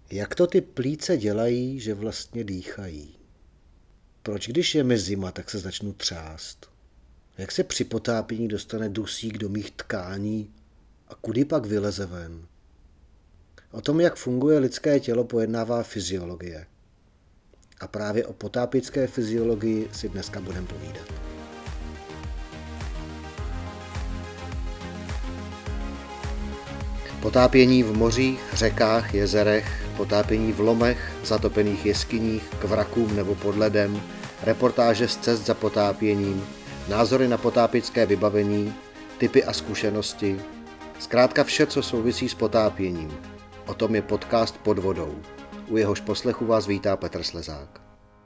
Jak to ty plíce dělají, že vlastně dýchají? Proč, když je mi zima, tak se začnu třást? Jak se při potápění dostane dusík do mých tkání a kudy pak vyleze ven? O tom, jak funguje lidské tělo, pojednává fyziologie. A právě o potápěčské fyziologii si dneska budeme povídat. Potápění v mořích, řekách, jezerech, potápění v lomech, zatopených jeskyních, k vrakům nebo pod ledem, reportáže z cest za potápěním, názory na potápěčské vybavení, tipy a zkušenosti, zkrátka vše, co souvisí s potápěním. O tom je podcast Pod vodou. U jehož poslechu vás vítá Petr Slezák.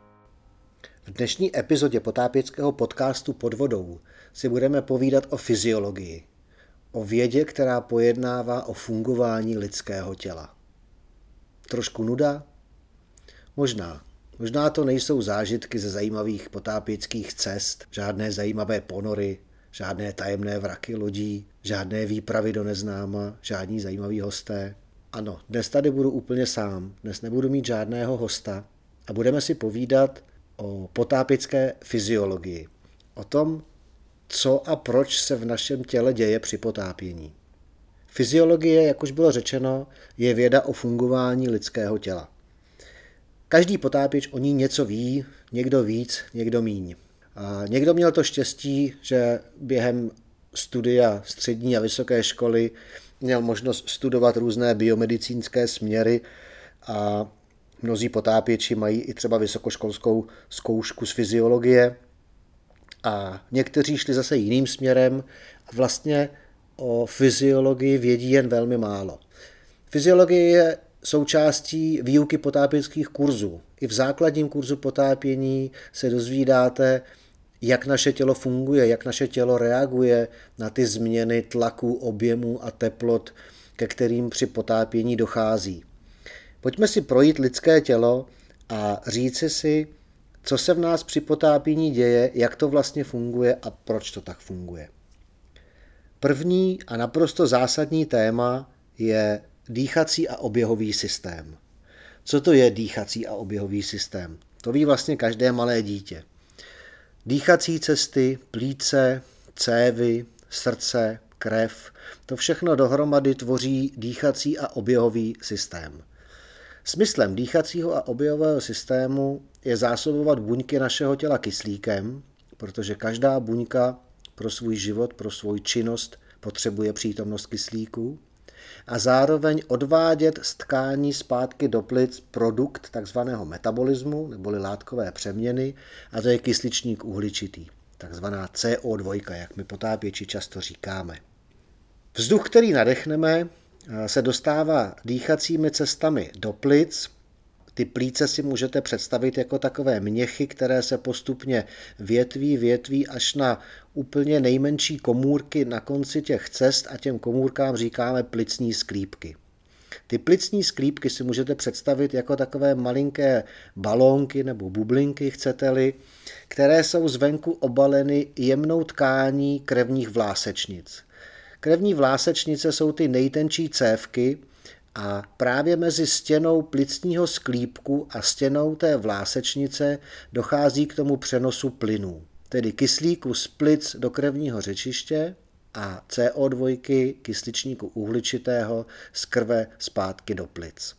V dnešní epizodě potápěčského podcastu Pod vodou si budeme povídat o fyziologii. O vědě, která pojednává o fungování lidského těla. Trošku nuda? Možná. Možná to nejsou zážitky ze zajímavých potápěčských cest, žádné zajímavé ponory, žádné tajemné vraky lodí, žádné výpravy do neznáma, žádní zajímaví hosté. Ano, dnes tady budu úplně sám, dnes nebudu mít žádného hosta a budeme si povídat o potápěčské fyziologii. O tom, co a proč se v našem těle děje při potápění. Fyziologie, jak už bylo řečeno, je věda o fungování lidského těla. Každý potápěč o ní něco ví, někdo víc, někdo míň. A někdo měl to štěstí, že během studia střední a vysoké školy měl možnost studovat různé biomedicínské směry a mnozí potápěči mají i třeba vysokoškolskou zkoušku z fyziologie. A někteří šli zase jiným směrem a vlastně o fyziologii vědí jen velmi málo. Fyziologie je součástí výuky potápěčských kurzů. I v základním kurzu potápění se dozvídáte, jak naše tělo funguje, jak naše tělo reaguje na ty změny tlaku, objemu a teplot, ke kterým při potápění dochází. Pojďme si projít lidské tělo a říci si, co se v nás při potápění děje, jak to vlastně funguje a proč to tak funguje. První a naprosto zásadní téma je dýchací a oběhový systém. Co to je dýchací a oběhový systém? To ví vlastně každé malé dítě. Dýchací cesty, plíce, cévy, srdce, krev, to všechno dohromady tvoří dýchací a oběhový systém. Smyslem dýchacího a oběhového systému je zásobovat buňky našeho těla kyslíkem, protože každá buňka pro svůj život, pro svou činnost potřebuje přítomnost kyslíku a zároveň odvádět z tkání zpátky do plic produkt takzvaného metabolismu neboli látkové přeměny a to je kysličník uhličitý, takzvaná CO2, jak my potápěči často říkáme. Vzduch, který nadechneme, se dostává dýchacími cestami do plic. Ty plíce si můžete představit jako takové měchy, které se postupně větví až na úplně nejmenší komůrky na konci těch cest a těm komůrkám říkáme plicní sklípky. Ty plicní sklípky si můžete představit jako takové malinké balónky nebo bublinky, chcete-li, které jsou zvenku obaleny jemnou tkání krevních vlásečnic. Krevní vlásečnice jsou ty nejtenčí cévky a právě mezi stěnou plicního sklípku a stěnou té vlásečnice dochází k tomu přenosu plynů, tedy kyslíku z plic do krevního řečiště a CO2 kysličníku uhličitého z krve zpátky do plic.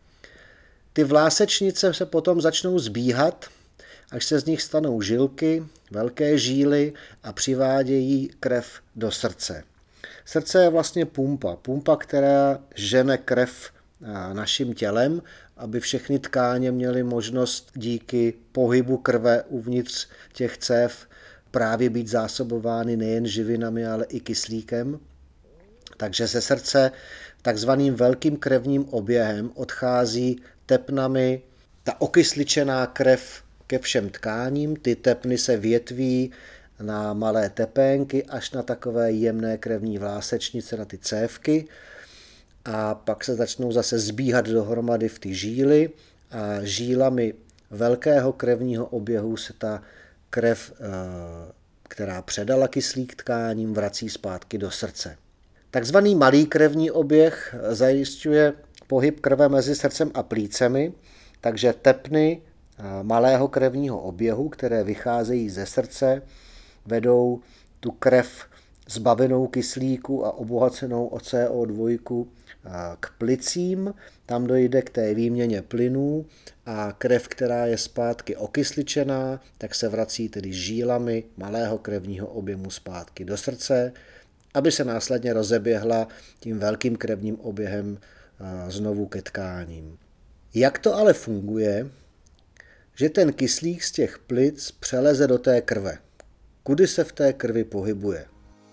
Ty vlásečnice se potom začnou zbíhat, až se z nich stanou žilky, velké žíly a přivádějí krev do srdce. Srdce je vlastně pumpa, která žene krev naším tělem, aby všechny tkáně měly možnost díky pohybu krve uvnitř těch cév právě být zásobovány nejen živinami, ale i kyslíkem. Takže ze srdce takzvaným velkým krevním oběhem odchází tepnami ta okysličená krev ke všem tkáním, ty tepny se větví na malé tepénky až na takové jemné krevní vlásečnice, na ty cévky a pak se začnou zase zbíhat dohromady v ty žíly a žílami velkého krevního oběhu se ta krev, která předala kyslík tkáním, vrací zpátky do srdce. Takzvaný malý krevní oběh zajišťuje pohyb krve mezi srdcem a plícemi, takže tepny malého krevního oběhu, které vycházejí ze srdce, vedou tu krev zbavenou kyslíku a obohacenou o CO2 k plicím. Tam dojde k té výměně plynů a krev, která je zpátky okysličená, tak se vrací tedy žílami malého krevního objemu zpátky do srdce, aby se následně rozeběhla tím velkým krevním oběhem znovu ke tkáním. Jak to ale funguje, že ten kyslík z těch plic přeleze do té krve? Kudy se v té krvi pohybuje?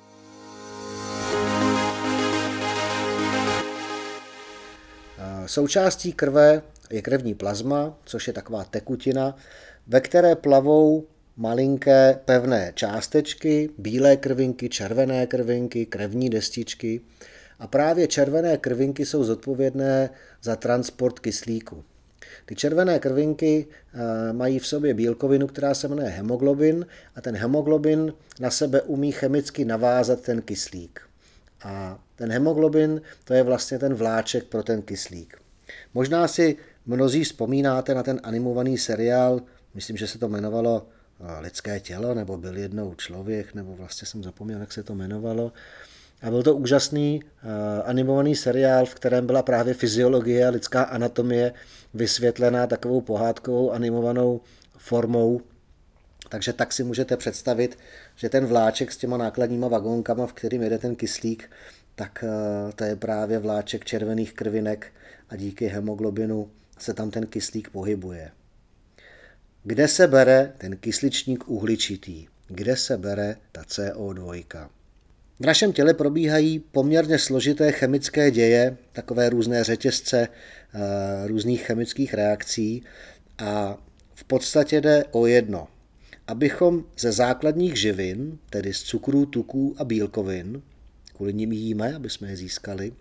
Součástí krve je krevní plazma, což je taková tekutina, ve které plavou malinké pevné částečky, bílé krvinky, červené krvinky, krevní destičky. A právě červené krvinky jsou zodpovědné za transport kyslíku. Ty červené krvinky mají v sobě bílkovinu, která se jmenuje hemoglobin, a ten hemoglobin na sebe umí chemicky navázat ten kyslík. A ten hemoglobin, to je vlastně ten vláček pro ten kyslík. Možná si mnozí vzpomínáte na ten animovaný seriál, myslím, že se to jmenovalo Lidské tělo, nebo Byl jednou člověk, nebo vlastně jsem zapomněl, jak se to jmenovalo. A byl to úžasný animovaný seriál, v kterém byla právě fyziologie a lidská anatomie vysvětlená takovou pohádkovou animovanou formou. Takže tak si můžete představit, že ten vláček s těma nákladníma vagónkama, v kterým jede ten kyslík, tak to je právě vláček červených krvinek a díky hemoglobinu se tam ten kyslík pohybuje. Kde se bere ten kysličník uhličitý? Kde se bere ta CO2? V našem těle probíhají poměrně složité chemické děje, takové různé řetězce různých chemických reakcí a v podstatě jde o jedno. Abychom ze základních živin, tedy z cukrů, tuků a bílkovin, kvůli nim jíme, aby jsme je získali,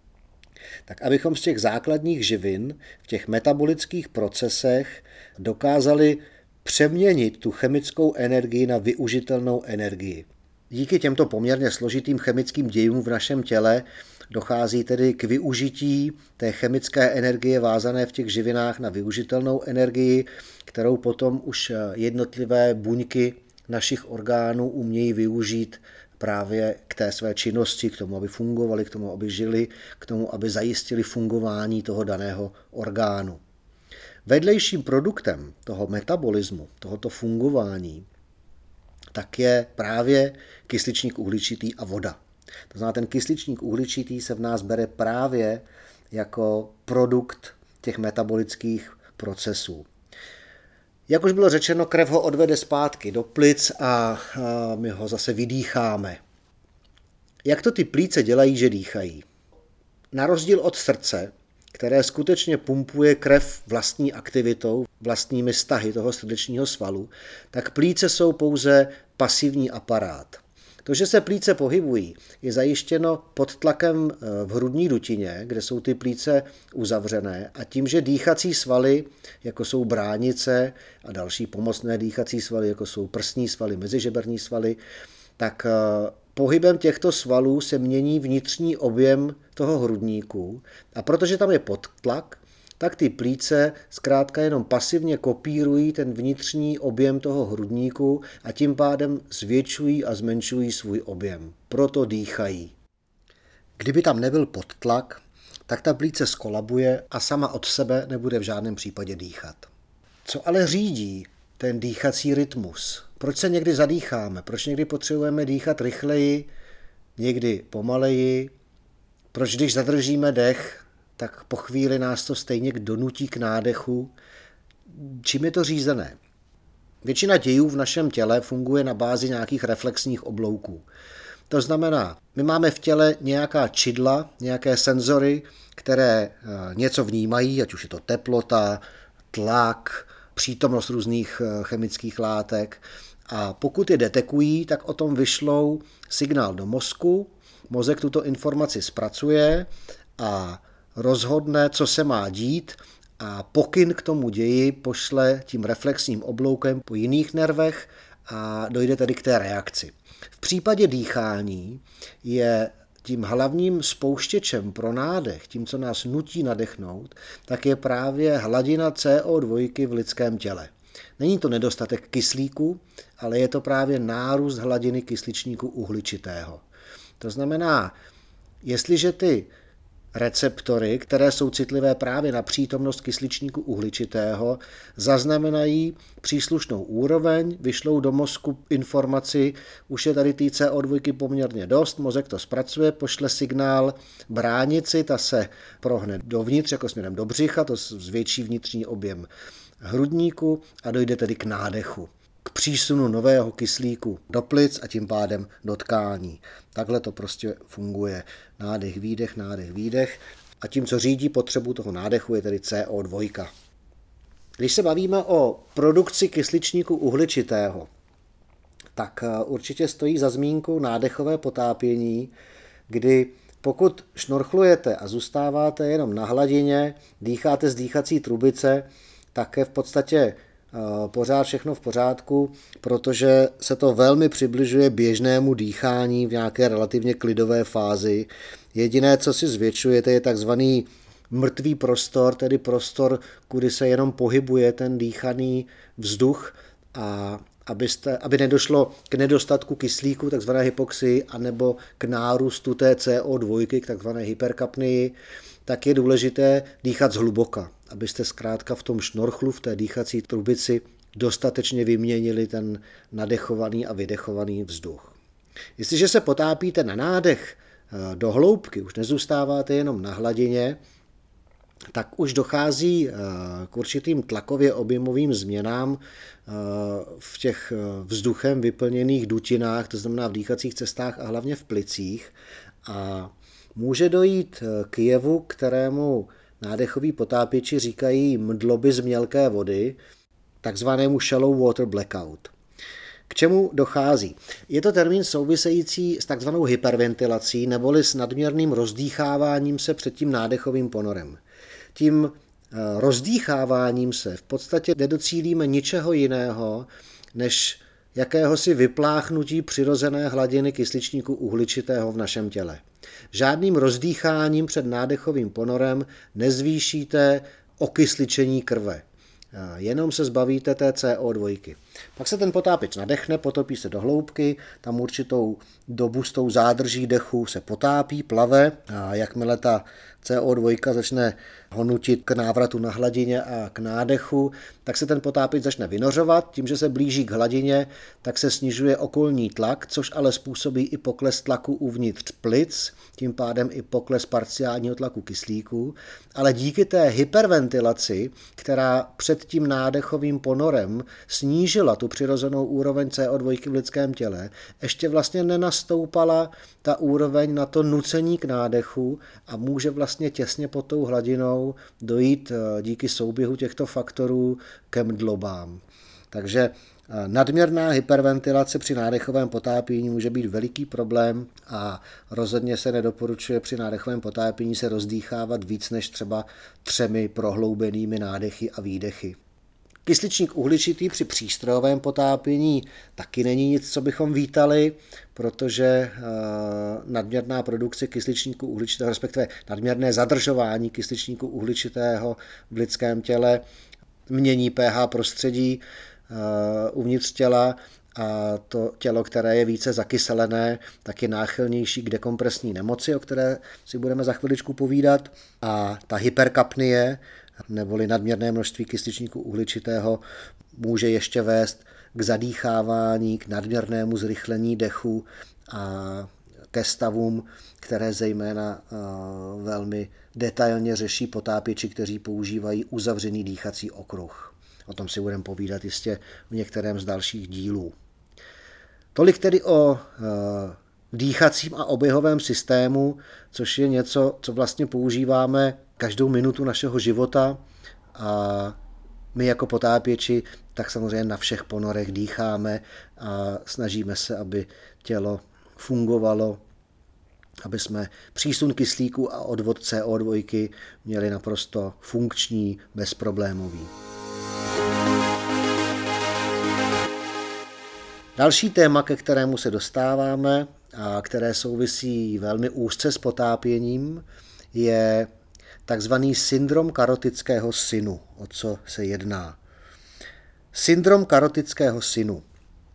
tak abychom z těch základních živin v těch metabolických procesech dokázali přeměnit tu chemickou energii na využitelnou energii. Díky těmto poměrně složitým chemickým dějům v našem těle dochází tedy k využití té chemické energie vázané v těch živinách na využitelnou energii, kterou potom už jednotlivé buňky našich orgánů umějí využít právě k té své činnosti, k tomu, aby fungovali, k tomu, aby žili, k tomu, aby zajistili fungování toho daného orgánu. Vedlejším produktem toho metabolismu, tohoto fungování, tak je právě kysličník uhličitý a voda. To znamená, ten kysličník uhličitý se v nás bere právě jako produkt těch metabolických procesů. Jak už bylo řečeno, krev ho odvede zpátky do plic a my ho zase vydýcháme. Jak to ty plíce dělají, že dýchají? Na rozdíl od srdce, které skutečně pumpuje krev vlastní aktivitou, vlastními stahy toho srdečního svalu, tak plíce jsou pouze pasivní aparát. To, že se plíce pohybují, je zajištěno pod tlakem v hrudní dutině, kde jsou ty plíce uzavřené, a tím, že dýchací svaly, jako jsou bránice a další pomocné dýchací svaly, jako jsou prsní svaly, mezižeberní svaly, tak pohybem těchto svalů se mění vnitřní objem toho hrudníku, a protože tam je podtlak, tak ty plíce zkrátka jenom pasivně kopírují ten vnitřní objem toho hrudníku a tím pádem zvětšují a zmenšují svůj objem. Proto dýchají. Kdyby tam nebyl podtlak, tak ta plíce skolabuje a sama od sebe nebude v žádném případě dýchat. Co ale řídí ten dýchací rytmus? Proč se někdy zadýcháme? Proč někdy potřebujeme dýchat rychleji, někdy pomaleji? Proč když zadržíme dech, tak po chvíli nás to stejně donutí k nádechu? Čím je to řízené? Většina dějů v našem těle funguje na bázi nějakých reflexních oblouků. To znamená, my máme v těle nějaká čidla, nějaké senzory, které něco vnímají, ať už je to teplota, tlak, přítomnost různých chemických látek. A pokud je detekují, tak o tom vyšlou signál do mozku. Mozek tuto informaci zpracuje a rozhodne, co se má dít, a pokyn k tomu ději pošle tím reflexním obloukem po jiných nervech a dojde tedy k té reakci. V případě dýchání je tím hlavním spouštěčem pro nádech, tím, co nás nutí nadechnout, tak je právě hladina CO2 v lidském těle. Není to nedostatek kyslíku, ale je to právě nárůst hladiny kysličníku uhličitého. To znamená, jestliže ty receptory, které jsou citlivé právě na přítomnost kysličníku uhličitého, zaznamenají příslušnou úroveň, vyšlou do mozku informaci, už je tady té CO2 poměrně dost, mozek to zpracuje, pošle signál bránici, ta se prohne dovnitř, jako směrem do břicha, to zvětší vnitřní objem hrudníku a dojde tedy k nádechu, k přísunu nového kyslíku do plic a tím pádem do tkání. Takhle to prostě funguje. Nádech, výdech. A tím, co řídí potřebu toho nádechu, je tedy CO2. Když se bavíme o produkci kysličníku uhličitého, tak určitě stojí za zmínku nádechové potápění, kdy pokud šnorchlujete a zůstáváte jenom na hladině, dýcháte z dýchací trubice, tak je v podstatě pořád všechno v pořádku, protože se to velmi přibližuje běžnému dýchání v nějaké relativně klidové fázi. Jediné, co si zvětšujete, je takzvaný mrtvý prostor, tedy prostor, kudy se jenom pohybuje ten dýchaný vzduch a aby nedošlo k nedostatku kyslíku, takzvané hypoxii, anebo k nárůstu té CO2, k takzvané hyperkapnii, tak je důležité dýchat zhluboka, abyste zkrátka v tom šnorchlu, v té dýchací trubici dostatečně vyměnili ten nadechovaný a vydechovaný vzduch. Jestliže se potápíte na nádech do hloubky, už nezůstáváte jenom na hladině, tak už dochází k určitým tlakově objemovým změnám v těch vzduchem vyplněných dutinách, to znamená v dýchacích cestách a hlavně v plicích. A může dojít k jevu, kterému nádechoví potápěči říkají mdloby z mělké vody, takzvanému shallow water blackout. K čemu dochází? Je to termín související s takzvanou hyperventilací neboli s nadměrným rozdýcháváním se před tím nádechovým ponorem. Tím rozdýcháváním se v podstatě nedocílíme ničeho jiného, než jakéhosi vypláchnutí přirozené hladiny kysličníku uhličitého v našem těle. Žádným rozdýcháním před nádechovým ponorem nezvýšíte okysličení krve. Jenom se zbavíte té CO2. Pak se ten potápěč nadechne, potopí se do hloubky, tam určitou dobu s tou zádrží dechu se potápí, plave a jakmile ta CO2 začne ho nutit k návratu na hladině a k nádechu, tak se ten potápěč začne vynořovat. Tím, že se blíží k hladině, tak se snižuje okolní tlak, což ale způsobí i pokles tlaku uvnitř plic, tím pádem i pokles parciálního tlaku kyslíku. Ale díky té hyperventilaci, která před tím nádechovým ponorem snížila tu přirozenou úroveň CO2 v lidském těle, ještě vlastně nenastoupala ta úroveň na to nucení k nádechu a může vlastně těsně pod tou hladinou dojít díky souběhu těchto faktorů ke mdlobám. Takže nadměrná hyperventilace při nádechovém potápění může být veliký problém a rozhodně se nedoporučuje při nádechovém potápění se rozdýchávat víc než třeba 3 prohloubenými nádechy a výdechy. Kysličník uhličitý při přístrojovém potápění taky není nic, co bychom vítali, protože nadměrná produkce kysličníku uhličitého, respektive nadměrné zadržování kysličníku uhličitého v lidském těle mění pH prostředí uvnitř těla a to tělo, které je více zakyselené, tak je náchylnější k dekompresní nemoci, o které si budeme za chviličku povídat. A ta hyperkapnie, neboli nadměrné množství kysličníku uhličitého, může ještě vést k zadýchávání, k nadměrnému zrychlení dechu a ke stavům, které zejména velmi detailně řeší potápěči, kteří používají uzavřený dýchací okruh. O tom si budeme povídat jistě v některém z dalších dílů. Tolik tedy o dýchacím a oběhovém systému, což je něco, co vlastně používáme každou minutu našeho života a my jako potápěči tak samozřejmě na všech ponorech dýcháme a snažíme se, aby tělo fungovalo, aby jsme přísun kyslíku a odvod CO2 měli naprosto funkční, bezproblémový. Další téma, ke kterému se dostáváme, a které souvisí velmi úzce s potápěním, je takzvaný syndrom karotického synu. O co se jedná? Syndrom karotického synu.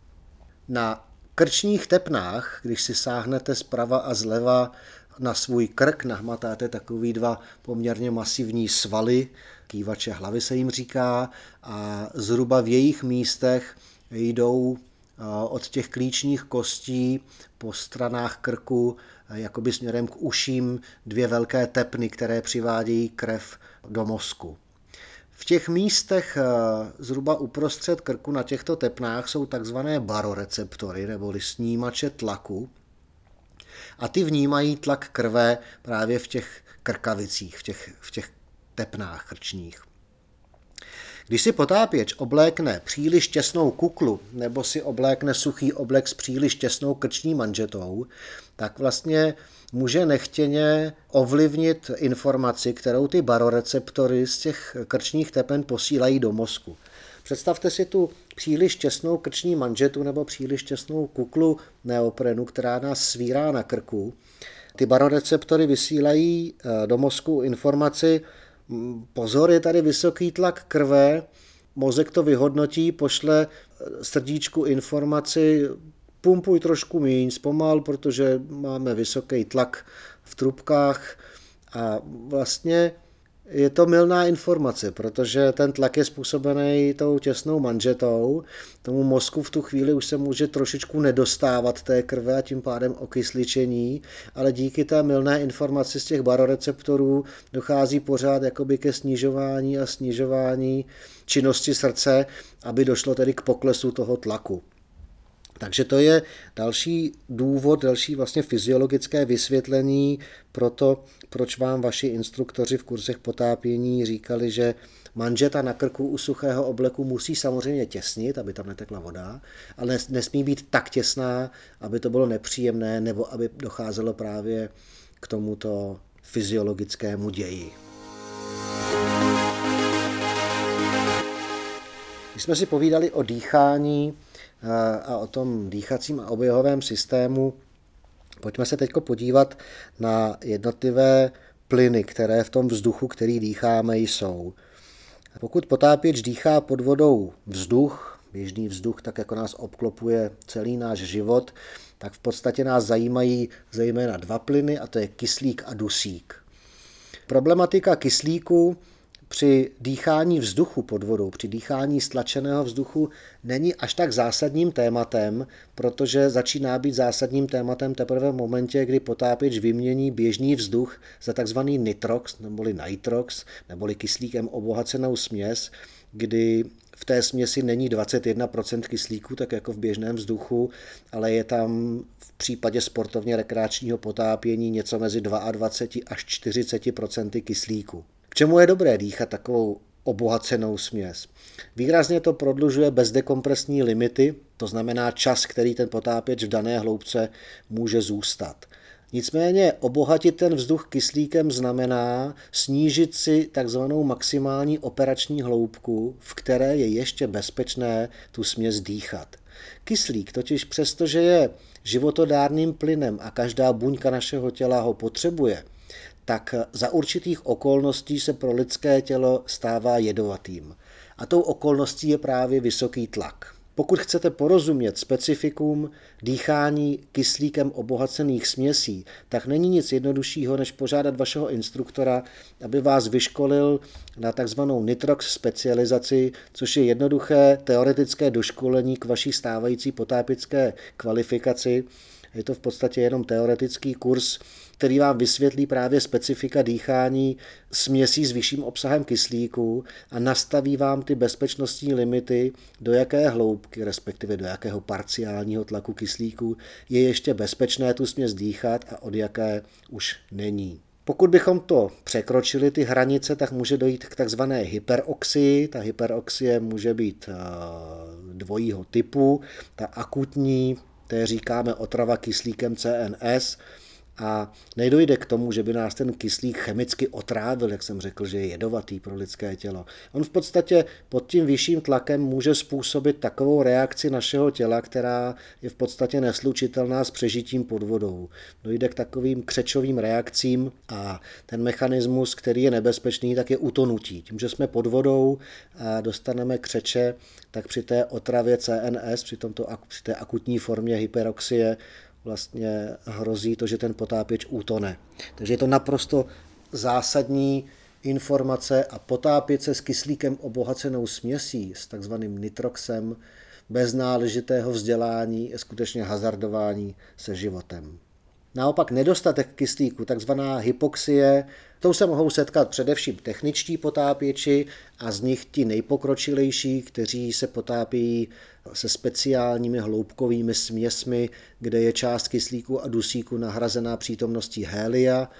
Na krčních tepnách, když si sáhnete zprava a zleva na svůj krk, nahmatáte takový dva poměrně masivní svaly, kývače hlavy se jim říká, a zhruba v jejich místech jdou od těch klíčních kostí po stranách krku jakoby směrem k uším dvě velké tepny, které přivádějí krev do mozku. V těch místech zhruba uprostřed krku na těchto tepnách jsou takzvané baroreceptory neboli snímače tlaku a ty vnímají tlak krve právě v těch krkavicích, v těch tepnách krčních. Když si potápěč oblékne příliš těsnou kuklu nebo si oblékne suchý oblek s příliš těsnou krční manžetou, tak vlastně může nechtěně ovlivnit informaci, kterou ty baroreceptory z těch krčních tepen posílají do mozku. Představte si tu příliš těsnou krční manžetu nebo příliš těsnou kuklu neoprenu, která nás svírá na krku. Ty baroreceptory vysílají do mozku informaci: pozor, je tady vysoký tlak krve, mozek to vyhodnotí, pošle srdíčku informaci: pumpuj trošku míň, zpomal, protože máme vysoký tlak v trubkách. A vlastně je to mylná informace, protože ten tlak je způsobený tou těsnou manžetou. Tomu mozku v tu chvíli už se může trošičku nedostávat té krve a tím pádem okysličení, ale díky té mylné informaci z těch baroreceptorů dochází pořád jakoby ke snižování činnosti srdce, aby došlo tedy k poklesu toho tlaku. Takže to je další důvod, další vlastně fyziologické vysvětlení pro to, proč vám vaši instruktoři v kurzech potápění říkali, že manžeta na krku u suchého obleku musí samozřejmě těsnit, aby tam netekla voda, ale nesmí být tak těsná, aby to bylo nepříjemné nebo aby docházelo právě k tomuto fyziologickému ději. Když jsme si povídali o dýchání a o tom dýchacím a oběhovém systému, pojďme se teď podívat na jednotlivé plyny, které v tom vzduchu, který dýcháme, jsou. Pokud potápěč dýchá pod vodou vzduch, běžný vzduch, tak jako nás obklopuje celý náš život, tak v podstatě nás zajímají zejména dva plyny, a to je kyslík a dusík. Problematika kyslíku při dýchání vzduchu pod vodou, při dýchání stlačeného vzduchu není až tak zásadním tématem, protože začíná být zásadním tématem teprve v momentě, kdy potápěč vymění běžný vzduch za takzvaný nitrox, neboli nitrox, neboli kyslíkem obohacenou směs, kdy v té směsi není 21% kyslíku, tak jako v běžném vzduchu, ale je tam v případě sportovně rekreačního potápění něco mezi 22 až 40% kyslíku. K čemu je dobré dýchat takovou obohacenou směs? Výrazně to prodlužuje bezdekompresní limity, to znamená čas, který ten potápěč v dané hloubce může zůstat. Nicméně obohatit ten vzduch kyslíkem znamená snížit si takzvanou maximální operační hloubku, v které je ještě bezpečné tu směs dýchat. Kyslík totiž přestože je životodárným plynem a každá buňka našeho těla ho potřebuje, tak za určitých okolností se pro lidské tělo stává jedovatým. A tou okolností je právě vysoký tlak. Pokud chcete porozumět specifikům dýchání kyslíkem obohacených směsí, tak není nic jednoduššího, než požádat vašeho instruktora, aby vás vyškolil na takzvanou nitrox specializaci, což je jednoduché teoretické doškolení k vaší stávající potápěcké kvalifikaci. Je to v podstatě jenom teoretický kurz, který vám vysvětlí právě specifika dýchání směsí s vyšším obsahem kyslíku a nastaví vám ty bezpečnostní limity, do jaké hloubky, respektive do jakého parciálního tlaku kyslíku je ještě bezpečné tu směs dýchat a od jaké už není. Pokud bychom to překročili, ty hranice, tak může dojít k takzvané hyperoxii. Ta hyperoxie může být dvojího typu. Ta akutní, té říkáme otrava kyslíkem CNS, a nedojde k tomu, že by nás ten kyslík chemicky otrávil, jak jsem řekl, že je jedovatý pro lidské tělo. On v podstatě pod tím vyšším tlakem může způsobit takovou reakci našeho těla, která je v podstatě neslučitelná s přežitím pod vodou. Dojde k takovým křečovým reakcím a ten mechanismus, který je nebezpečný, tak je utonutí. Tím, že jsme pod vodou a dostaneme křeče, tak při té otravě CNS, při té akutní formě hyperoxie, vlastně hrozí to, že ten potápěč utone. Takže je to naprosto zásadní informace a potápět se s kyslíkem obohacenou směsí, s takzvaným nitroxem, bez náležitého vzdělání je skutečně hazardování se životem. Naopak nedostatek kyslíku, takzvaná hypoxie, tou se mohou setkat především techničtí potápěči a z nich ti nejpokročilejší, kteří se potápějí se speciálními hloubkovými směsmi, kde je část kyslíku a dusíku nahrazená přítomností hélia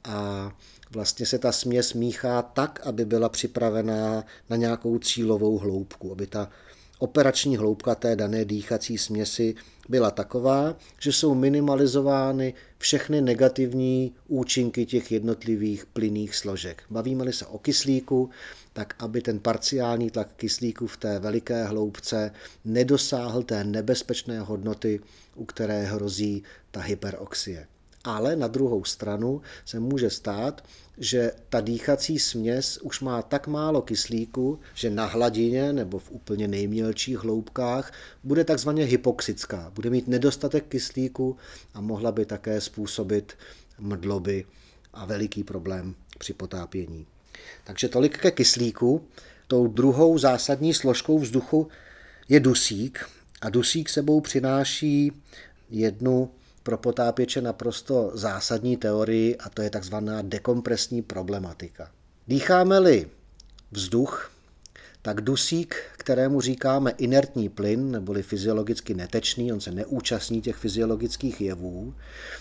a vlastně se ta směs míchá tak, aby byla připravená na nějakou cílovou hloubku, aby ta operační hloubka té dané dýchací směsi byla taková, že jsou minimalizovány všechny negativní účinky těch jednotlivých plynných složek. Bavíme-li se o kyslíku, tak aby ten parciální tlak kyslíku v té veliké hloubce nedosáhl té nebezpečné hodnoty, u které hrozí ta hyperoxie. Ale na druhou stranu se může stát, že ta dýchací směs už má tak málo kyslíku, že na hladině nebo v úplně nejmělčích hloubkách bude takzvaně hypoxická. Bude mít nedostatek kyslíku a mohla by také způsobit mdloby a veliký problém při potápění. Takže tolik ke kyslíku. Tou druhou zásadní složkou vzduchu je dusík a dusík sebou přináší jednu pro potápěče naprosto zásadní teorii a to je takzvaná dekompresní problematika. Dýcháme-li vzduch, tak dusík, kterému říkáme inertní plyn, neboli fyziologicky netečný, on se neúčastní těch fyziologických jevů,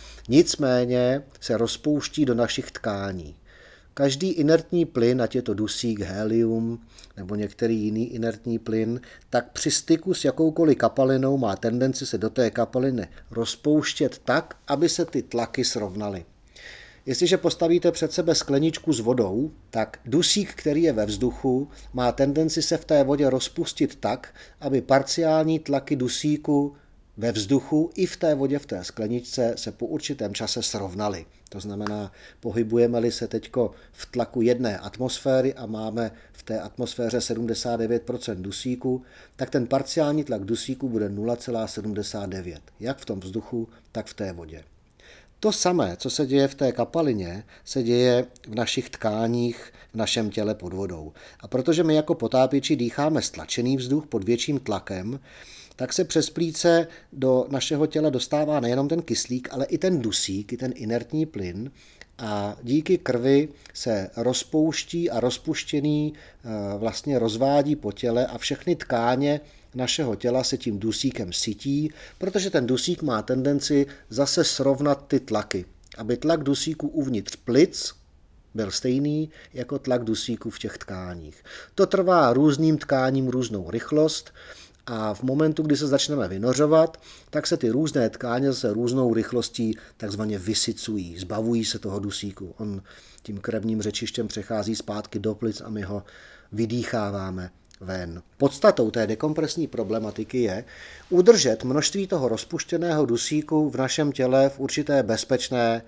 nicméně se rozpouští do našich tkání. Každý inertní plyn, ať je to dusík, helium nebo některý jiný inertní plyn, tak při styku s jakoukoliv kapalinou má tendenci se do té kapaliny rozpouštět tak, aby se ty tlaky srovnaly. Jestliže postavíte před sebe skleničku s vodou, tak dusík, který je ve vzduchu, má tendenci se v té vodě rozpustit tak, aby parciální tlaky dusíku ve vzduchu i v té vodě v té skleničce se po určitém čase srovnaly. To znamená, pohybujeme-li se teďko v tlaku jedné atmosféry a máme v té atmosféře 79% dusíku, tak ten parciální tlak dusíku bude 0,79, jak v tom vzduchu, tak v té vodě. To samé, co se děje v té kapalině, se děje v našich tkáních, v našem těle pod vodou. A protože my jako potápěči dýcháme stlačený vzduch pod větším tlakem, tak se přes plíce do našeho těla dostává nejenom ten kyslík, ale i ten dusík, i ten inertní plyn a díky krvi se rozpouští a rozpuštěný vlastně rozvádí po těle a všechny tkáně našeho těla se tím dusíkem sytí, protože ten dusík má tendenci zase srovnat ty tlaky, aby tlak dusíku uvnitř plic byl stejný jako tlak dusíku v těch tkáních. To trvá různým tkáním různou rychlost, a v momentu, kdy se začneme vynořovat, tak se ty různé tkáně zase různou rychlostí takzvaně vysycují, zbavují se toho dusíku. On tím krevním řečištěm přechází zpátky do plic a my ho vydýcháváme ven. Podstatou té dekompresní problematiky je udržet množství toho rozpuštěného dusíku v našem těle v určité bezpečné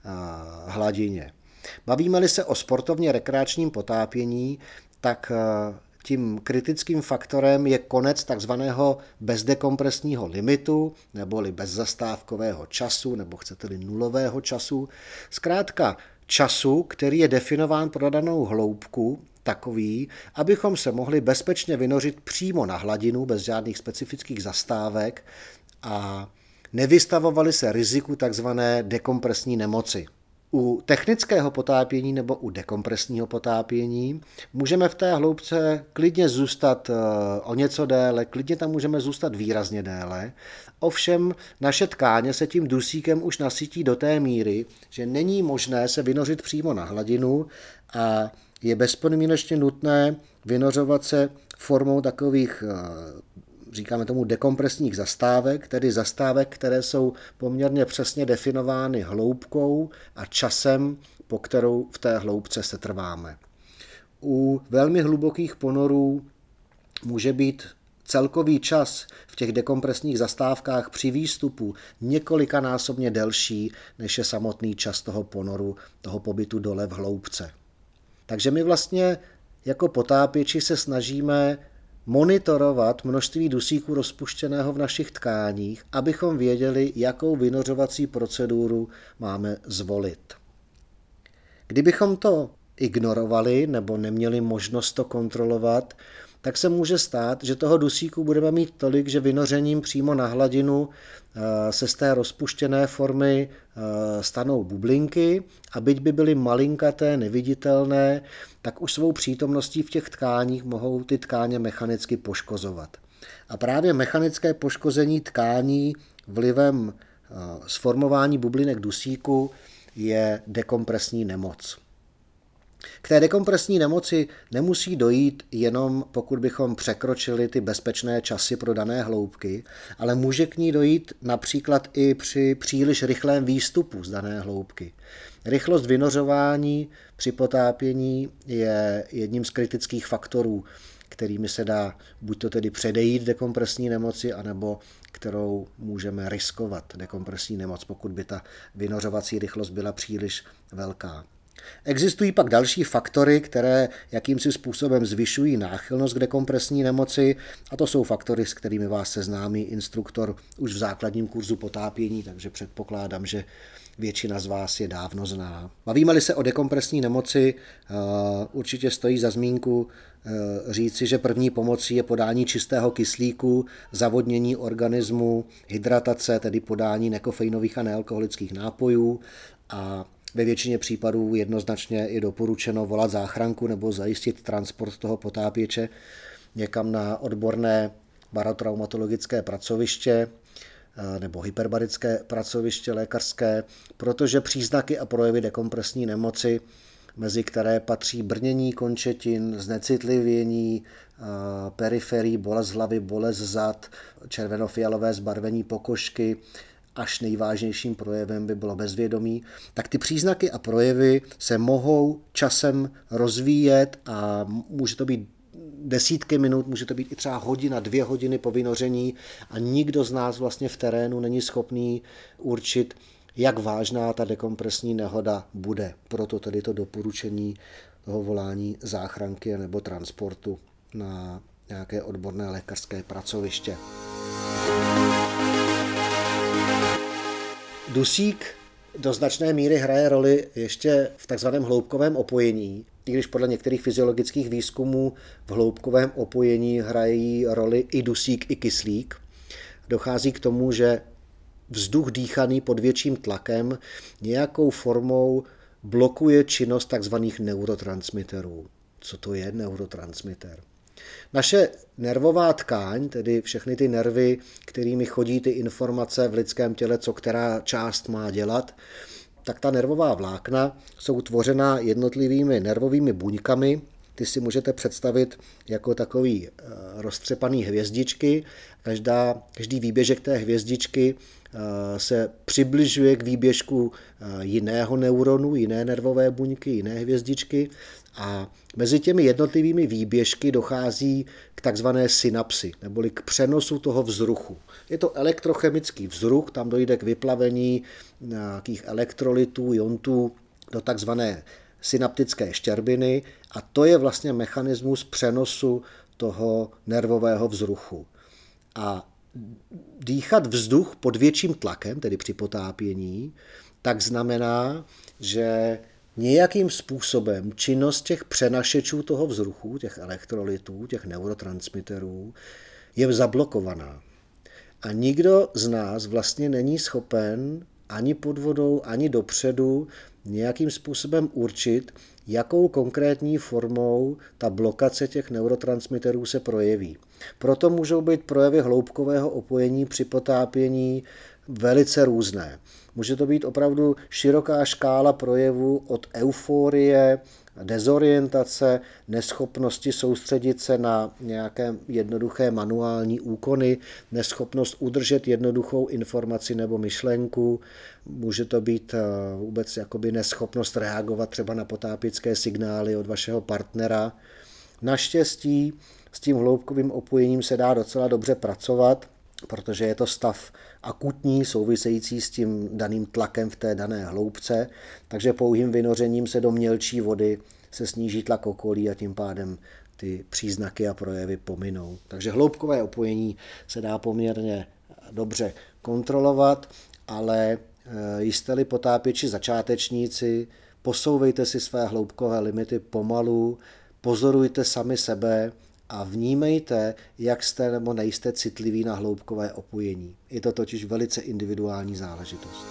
hladině. Bavíme-li se o sportovně rekreačním potápění, tak tím kritickým faktorem je konec takzvaného bezdekompresního limitu, neboli bezzastávkového času, nebo chcete-li nulového času. Zkrátka času, který je definován pro danou hloubku, takový, abychom se mohli bezpečně vynořit přímo na hladinu, bez žádných specifických zastávek a nevystavovali se riziku takzvané dekompresní nemoci. U technického potápění nebo u dekompresního potápění můžeme v té hloubce klidně zůstat o něco déle, klidně tam můžeme zůstat výrazně déle. Ovšem naše tkáně se tím dusíkem už nasytí do té míry, že není možné se vynořit přímo na hladinu a je bezpodmínečně nutné vynořovat se formou takových říkáme tomu dekompresních zastávek, tedy zastávek, které jsou poměrně přesně definovány hloubkou a časem, po kterou v té hloubce setrváme. U velmi hlubokých ponorů může být celkový čas v těch dekompresních zastávkách při výstupu několikanásobně delší, než je samotný čas toho ponoru, toho pobytu dole v hloubce. Takže my vlastně jako potápěči se snažíme monitorovat množství dusíku rozpuštěného v našich tkáních, abychom věděli, jakou vynořovací proceduru máme zvolit. Kdybychom to ignorovali nebo neměli možnost to kontrolovat, tak se může stát, že toho dusíku budeme mít tolik, že vynořením přímo na hladinu se z té rozpuštěné formy stanou bublinky a byť by byly malinkaté, neviditelné, tak už svou přítomností v těch tkáních mohou ty tkáně mechanicky poškozovat. A právě mechanické poškození tkání vlivem sformování bublinek dusíku je dekompresní nemoc. K té dekompresní nemoci nemusí dojít jenom pokud bychom překročili ty bezpečné časy pro dané hloubky, ale může k ní dojít například i při příliš rychlém výstupu z dané hloubky. Rychlost vynořování při potápění je jedním z kritických faktorů, kterými se dá buď to tedy předejít dekompresní nemoci, anebo kterou můžeme riskovat dekompresní nemoc, pokud by ta vynořovací rychlost byla příliš velká. Existují pak další faktory, které jakýmsi způsobem zvyšují náchylnost k dekompresní nemoci, a to jsou faktory, s kterými vás seznámí instruktor už v základním kurzu potápění, takže předpokládám, že většina z vás je dávno zná. Bavíme-li se o dekompresní nemoci, určitě stojí za zmínku říci, že první pomocí je podání čistého kyslíku, zavodnění organismu, hydratace, tedy podání nekofeinových a nealkoholických nápojů, a ve většině případů jednoznačně je doporučeno volat záchranku nebo zajistit transport toho potápěče někam na odborné barotraumatologické pracoviště nebo hyperbarické pracoviště lékařské, protože příznaky a projevy dekompresní nemoci, mezi které patří brnění končetin, znecitlivění periferií, bolest hlavy, bolest zad, červenofialové zbarvení pokožky, až nejvážnějším projevem by bylo bezvědomí, tak ty příznaky a projevy se mohou časem rozvíjet a může to být desítky minut, může to být i třeba hodina, 2 hodiny po vynoření a nikdo z nás vlastně v terénu není schopný určit, jak vážná ta dekompresní nehoda bude. Proto tedy to doporučení toho volání záchranky nebo transportu na nějaké odborné lékařské pracoviště. Dusík do značné míry hraje roli ještě v takzvaném hloubkovém opojení, i když podle některých fyziologických výzkumů v hloubkovém opojení hrají roli i dusík, i kyslík. Dochází k tomu, že vzduch dýchaný pod větším tlakem nějakou formou blokuje činnost takzvaných neurotransmiterů. Co to je neurotransmiter? Naše nervová tkáň, tedy všechny ty nervy, kterými chodí ty informace v lidském těle, co která část má dělat, tak ta nervová vlákna jsou tvořena jednotlivými nervovými buňkami. Ty si můžete představit jako takový roztřepaný hvězdičky. Každý výběžek té hvězdičky se přibližuje k výběžku jiného neuronu, jiné nervové buňky, jiné hvězdičky a mezi těmi jednotlivými výběžky dochází k takzvané synapsi, neboli k přenosu toho vzruchu. Je to elektrochemický vzruch, tam dojde k vyplavení nějakých elektrolytů, iontů do takzvané synaptické štěrbiny a to je vlastně mechanismus přenosu toho nervového vzruchu. A dýchat vzduch pod větším tlakem, tedy při potápění, tak znamená, že nějakým způsobem činnost těch přenašečů toho vzruchu, těch elektrolytů, těch neurotransmiterů, je zablokovaná. A nikdo z nás vlastně není schopen ani pod vodou, ani dopředu nějakým způsobem určit, jakou konkrétní formou ta blokace těch neurotransmiterů se projeví. Proto můžou být projevy hloubkového opojení při potápění velice různé. Může to být opravdu široká škála projevů od euforie dezorientace, neschopnosti soustředit se na nějaké jednoduché manuální úkony, neschopnost udržet jednoduchou informaci nebo myšlenku, může to být vůbec jakoby neschopnost reagovat třeba na potápěcké signály od vašeho partnera. Naštěstí s tím hloubkovým opojením se dá docela dobře pracovat, protože je to stav akutní, související s tím daným tlakem v té dané hloubce, takže pouhým vynořením se do mělčí vody se sníží tlak okolí a tím pádem ty příznaky a projevy pominou. Takže hloubkové opojení se dá poměrně dobře kontrolovat, ale jste-li potápěči začátečníci, posouvejte si své hloubkové limity pomalu, pozorujte sami sebe a vnímejte, jak jste nebo nejste citliví na hloubkové opojení. Je to totiž velice individuální záležitost.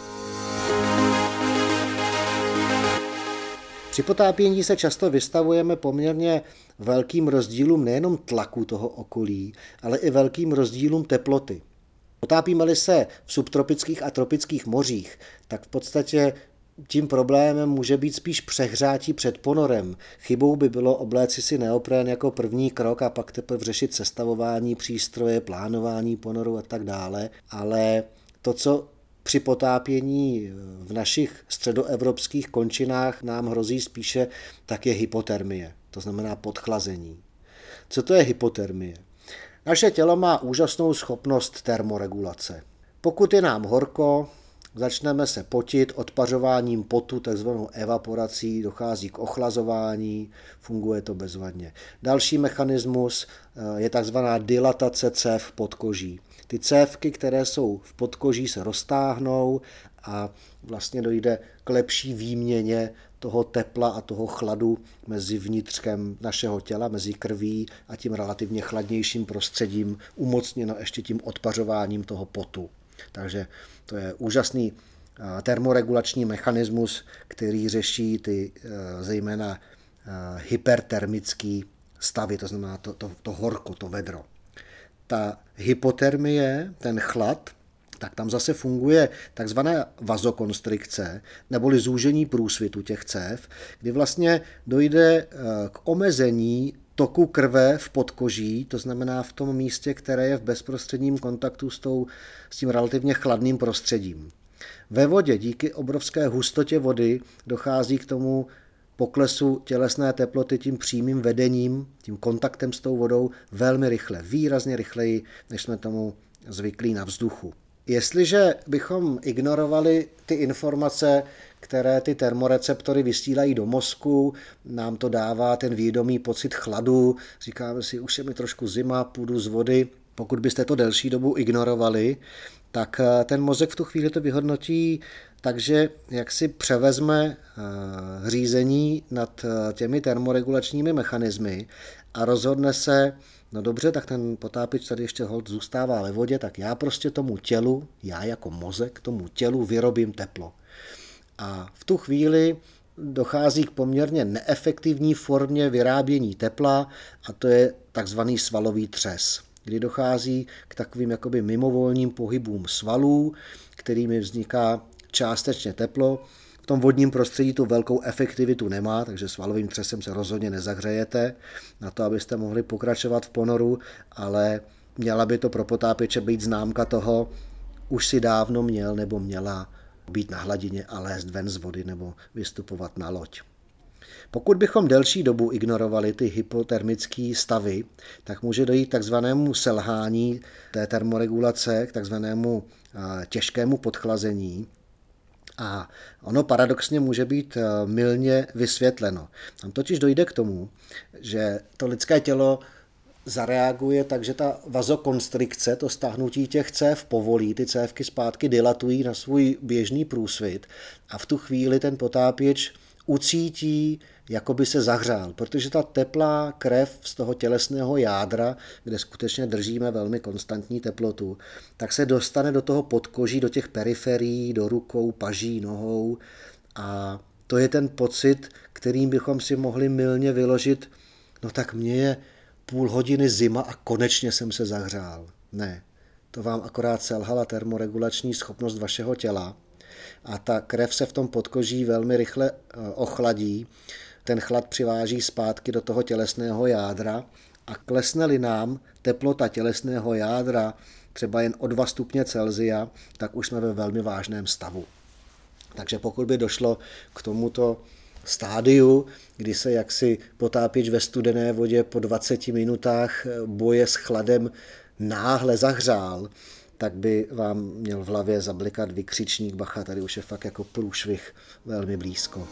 Při potápění se často vystavujeme poměrně velkým rozdílům nejenom tlaku toho okolí, ale i velkým rozdílům teploty. Potápíme-li se v subtropických a tropických mořích, tak v podstatě tím problémem může být spíš přehřátí před ponorem. Chybou by bylo obléci si neopren jako první krok a pak teprve řešit sestavování přístroje, plánování ponoru a tak dále. Ale to, co při potápění v našich středoevropských končinách nám hrozí spíše, tak je hypotermie, to znamená podchlazení. Co to je hypotermie? Naše tělo má úžasnou schopnost termoregulace. Pokud je nám horko, začneme se potit, odpařováním potu, takzvanou evaporací, dochází k ochlazování, funguje to bezvadně. Další mechanismus je takzvaná dilatace cév podkoží. Ty cévky, které jsou v podkoží, se roztáhnou a vlastně dojde k lepší výměně toho tepla a toho chladu mezi vnitřkem našeho těla, mezi krví a tím relativně chladnějším prostředím, umocněno ještě tím odpařováním toho potu. Takže to je úžasný termoregulační mechanismus, který řeší ty zejména hypertermické stavy, to znamená to horko, to vedro. Ta hypotermie, ten chlad, tak tam zase funguje takzvaná vazokonstrikce, neboli zúžení průsvitu těch cév, kdy vlastně dojde k omezení toku krve v podkoží, to znamená v tom místě, které je v bezprostředním kontaktu s tím relativně chladným prostředím. Ve vodě díky obrovské hustotě vody dochází k tomu poklesu tělesné teploty tím přímým vedením, tím kontaktem s tou vodou velmi rychle, výrazně rychleji, než jsme tomu zvyklí na vzduchu. Jestliže bychom ignorovali ty informace, které ty termoreceptory vysílají do mozku, nám to dává ten vědomý pocit chladu, říkáme si, už je mi trošku zima, půjdu z vody. Pokud byste to delší dobu ignorovali, tak ten mozek v tu chvíli to vyhodnotí, takže jak si převezme řízení nad těmi termoregulačními mechanismy a rozhodne se, no dobře, tak ten potápěč tady ještě holt zůstává ve vodě, tak já prostě tomu tělu, já jako mozek, tomu tělu vyrobím teplo. A v tu chvíli dochází k poměrně neefektivní formě vyrábění tepla a to je takzvaný svalový třes, kdy dochází k takovým jakoby mimovolným pohybům svalů, kterými vzniká částečně teplo. V tom vodním prostředí tu velkou efektivitu nemá, takže svalovým třesem se rozhodně nezahřejete na to, abyste mohli pokračovat v ponoru, ale měla by to pro potápěče být známka toho, už si dávno měl nebo měla být na hladině a lézt ven z vody nebo vystupovat na loď. Pokud bychom delší dobu ignorovali ty hypotermické stavy, tak může dojít k takzvanému selhání té termoregulace, k takzvanému těžkému podchlazení. A ono paradoxně může být mylně vysvětleno. Tam totiž dojde k tomu, že to lidské tělo zareaguje tak, že ta vazokonstrikce, to stáhnutí těch cév povolí, ty cévky zpátky dilatují na svůj běžný průsvit a v tu chvíli ten potápěč ucítí, jako by se zahřál, protože ta teplá krev z toho tělesného jádra, kde skutečně držíme velmi konstantní teplotu, tak se dostane do toho podkoží, do těch periferií, do rukou, paží, nohou a to je ten pocit, kterým bychom si mohli mylně vyložit, no tak mě je půl hodiny zima a konečně jsem se zahřál. Ne, to vám akorát selhala termoregulační schopnost vašeho těla a ta krev se v tom podkoží velmi rychle ochladí. ten chlad přiváží zpátky do toho tělesného jádra a klesne-li nám teplota tělesného jádra třeba jen o 2 stupně Celsia, tak už jsme ve velmi vážném stavu. Takže pokud by došlo k tomuto stádiu, kdy se jaksi potápěč ve studené vodě po 20 minutách boje s chladem náhle zahřál, tak by vám měl v hlavě zablikat vykřičník bacha, tady už je fakt jako průšvih velmi blízko.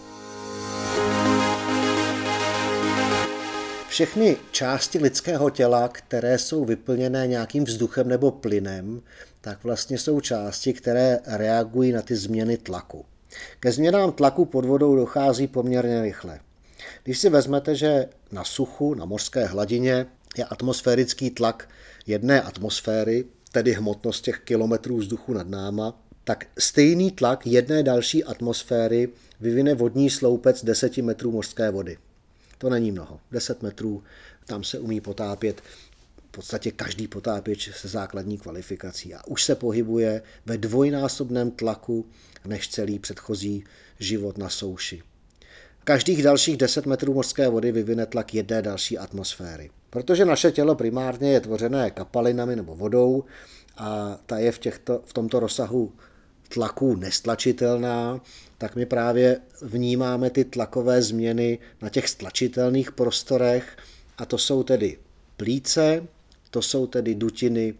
Všechny části lidského těla, které jsou vyplněné nějakým vzduchem nebo plynem, tak vlastně jsou části, které reagují na ty změny tlaku. Ke změnám tlaku pod vodou dochází poměrně rychle. Když si vezmete, že na suchu, na mořské hladině je atmosférický tlak jedné atmosféry, tedy hmotnost těch kilometrů vzduchu nad náma, tak stejný tlak jedné další atmosféry vyvine vodní sloupec 10 metrů mořské vody. To není mnoho. 10 metrů, tam se umí potápět v podstatě každý potápěč se základní kvalifikací a už se pohybuje ve dvojnásobném tlaku než celý předchozí život na souši. Každých dalších 10 metrů mořské vody vyvine tlak jedné další atmosféry. Protože naše tělo primárně je tvořené kapalinami nebo vodou a ta je v tomto rozsahu tlaku nestlačitelná, tak my právě vnímáme ty tlakové změny na těch stlačitelných prostorech a to jsou tedy plíce, to jsou tedy dutiny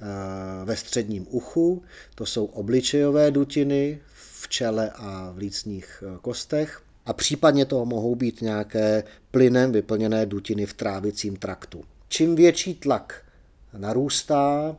ve středním uchu, to jsou obličejové dutiny v čele a v lícních kostech a případně to mohou být nějaké plynem vyplněné dutiny v trávicím traktu. Čím větší tlak narůstá,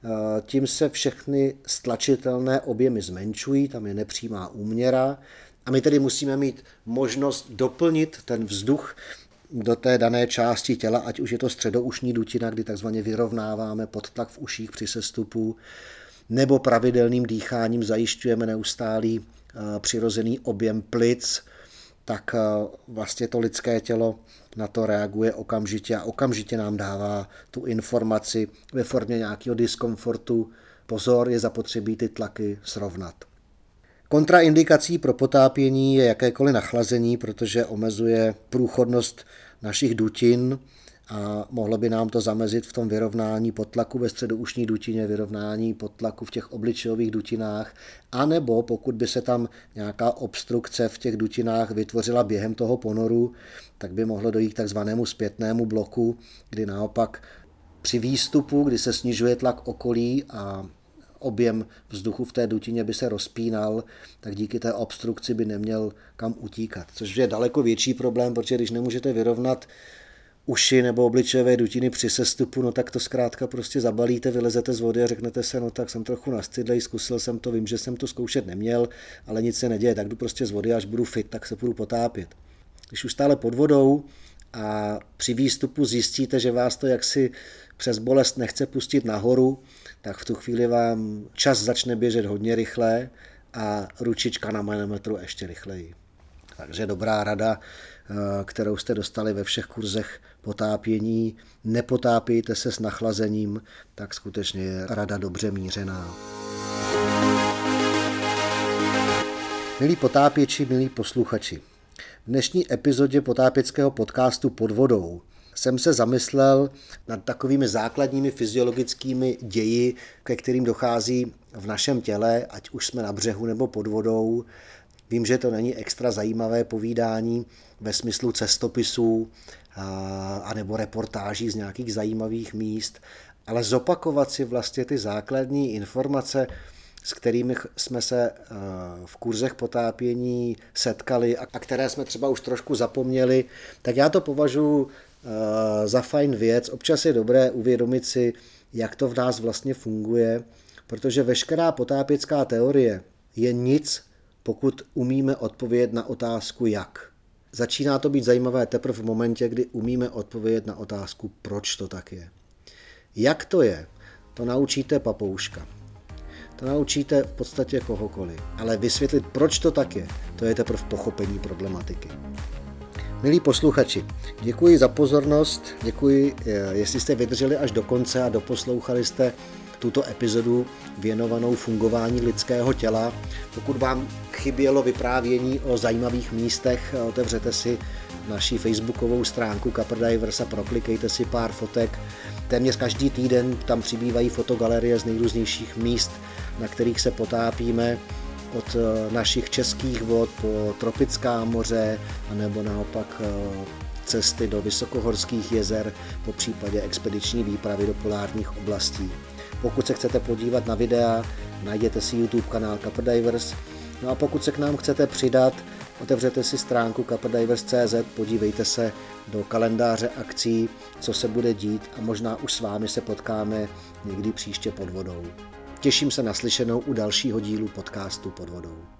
tím se všechny stlačitelné objemy zmenšují, tam je nepřímá úměra a my tedy musíme mít možnost doplnit ten vzduch do té dané části těla, ať už je to středoušní dutina, kdy takzvaně vyrovnáváme podtlak v uších při sestupu, nebo pravidelným dýcháním zajišťujeme neustálý přirozený objem plic, tak vlastně to lidské tělo na to reaguje okamžitě a okamžitě nám dává tu informaci ve formě nějakého diskomfortu. Pozor, je zapotřebí ty tlaky srovnat. Kontraindikací pro potápění je jakékoliv nachlazení, protože omezuje průchodnost našich dutin a mohlo by nám to zamezit v tom vyrovnání podtlaku ve středoušní dutině, vyrovnání podtlaku v těch obličejových dutinách, anebo pokud by se tam nějaká obstrukce v těch dutinách vytvořila během toho ponoru, tak by mohlo dojít k takzvanému zpětnému bloku, kdy naopak při výstupu, kdy se snižuje tlak okolí a objem vzduchu v té dutině by se rozpínal, tak díky té obstrukci by neměl kam utíkat. Což je daleko větší problém, protože když nemůžete vyrovnat uši nebo obličejové dutiny při sestupu, no tak to zkrátka prostě zabalíte, vylezete z vody a řeknete se, no tak jsem trochu nastydlej, zkusil jsem to, vím, že jsem to zkoušet neměl, ale nic se neděje, tak jdu prostě z vody, až budu fit, tak se budu potápět. Když už stále pod vodou a při výstupu zjistíte, že vás to jaksi přes bolest nechce pustit nahoru, tak v tu chvíli vám čas začne běžet hodně rychle a ručička na manometru ještě rychleji. Takže dobrá rada, kterou jste dostali ve všech kurzech potápění, nepotápějte se s nachlazením, tak skutečně je rada dobře mířená. Milí potápěči, milí posluchači, v dnešní epizodě potápěckého podcastu Pod vodou jsem se zamyslel nad takovými základními fyziologickými ději, ke kterým dochází v našem těle, ať už jsme na břehu nebo pod vodou. Vím, že to není extra zajímavé povídání ve smyslu cestopisů anebo reportáží z nějakých zajímavých míst, ale zopakovat si vlastně ty základní informace, s kterými jsme se v kurzech potápění setkali a které jsme třeba už trošku zapomněli, tak já to považuji za fajn věc. Občas je dobré uvědomit si, jak to v nás vlastně funguje, protože veškerá potápěcká teorie je nic, pokud umíme odpovědět na otázku jak. Začíná to být zajímavé teprve v momentě, kdy umíme odpovědět na otázku, proč to tak je. Jak to je, to naučíte papouška. To naučíte v podstatě kohokoliv. Ale vysvětlit, proč to tak je, to je teprve pochopení problematiky. Milí posluchači, děkuji za pozornost, děkuji, jestli jste vydrželi až do konce a doposlouchali jste tuto epizodu věnovanou fungování lidského těla. Pokud vám chybělo vyprávění o zajímavých místech, otevřete si naši facebookovou stránku Kaprdivers a proklikejte si pár fotek. Téměř každý týden tam přibývají fotogalerie z nejrůznějších míst, na kterých se potápíme, od našich českých vod po tropická moře, anebo naopak cesty do vysokohorských jezer, po případě expediční výpravy do polárních oblastí. Pokud se chcete podívat na videa, najděte si YouTube kanál Kaprdivers. No a pokud se k nám chcete přidat, otevřete si stránku kaprdivers.cz, podívejte se do kalendáře akcí, co se bude dít a možná už s vámi se potkáme někdy příště pod vodou. Těším se na slyšenou u dalšího dílu podcastu Pod vodou.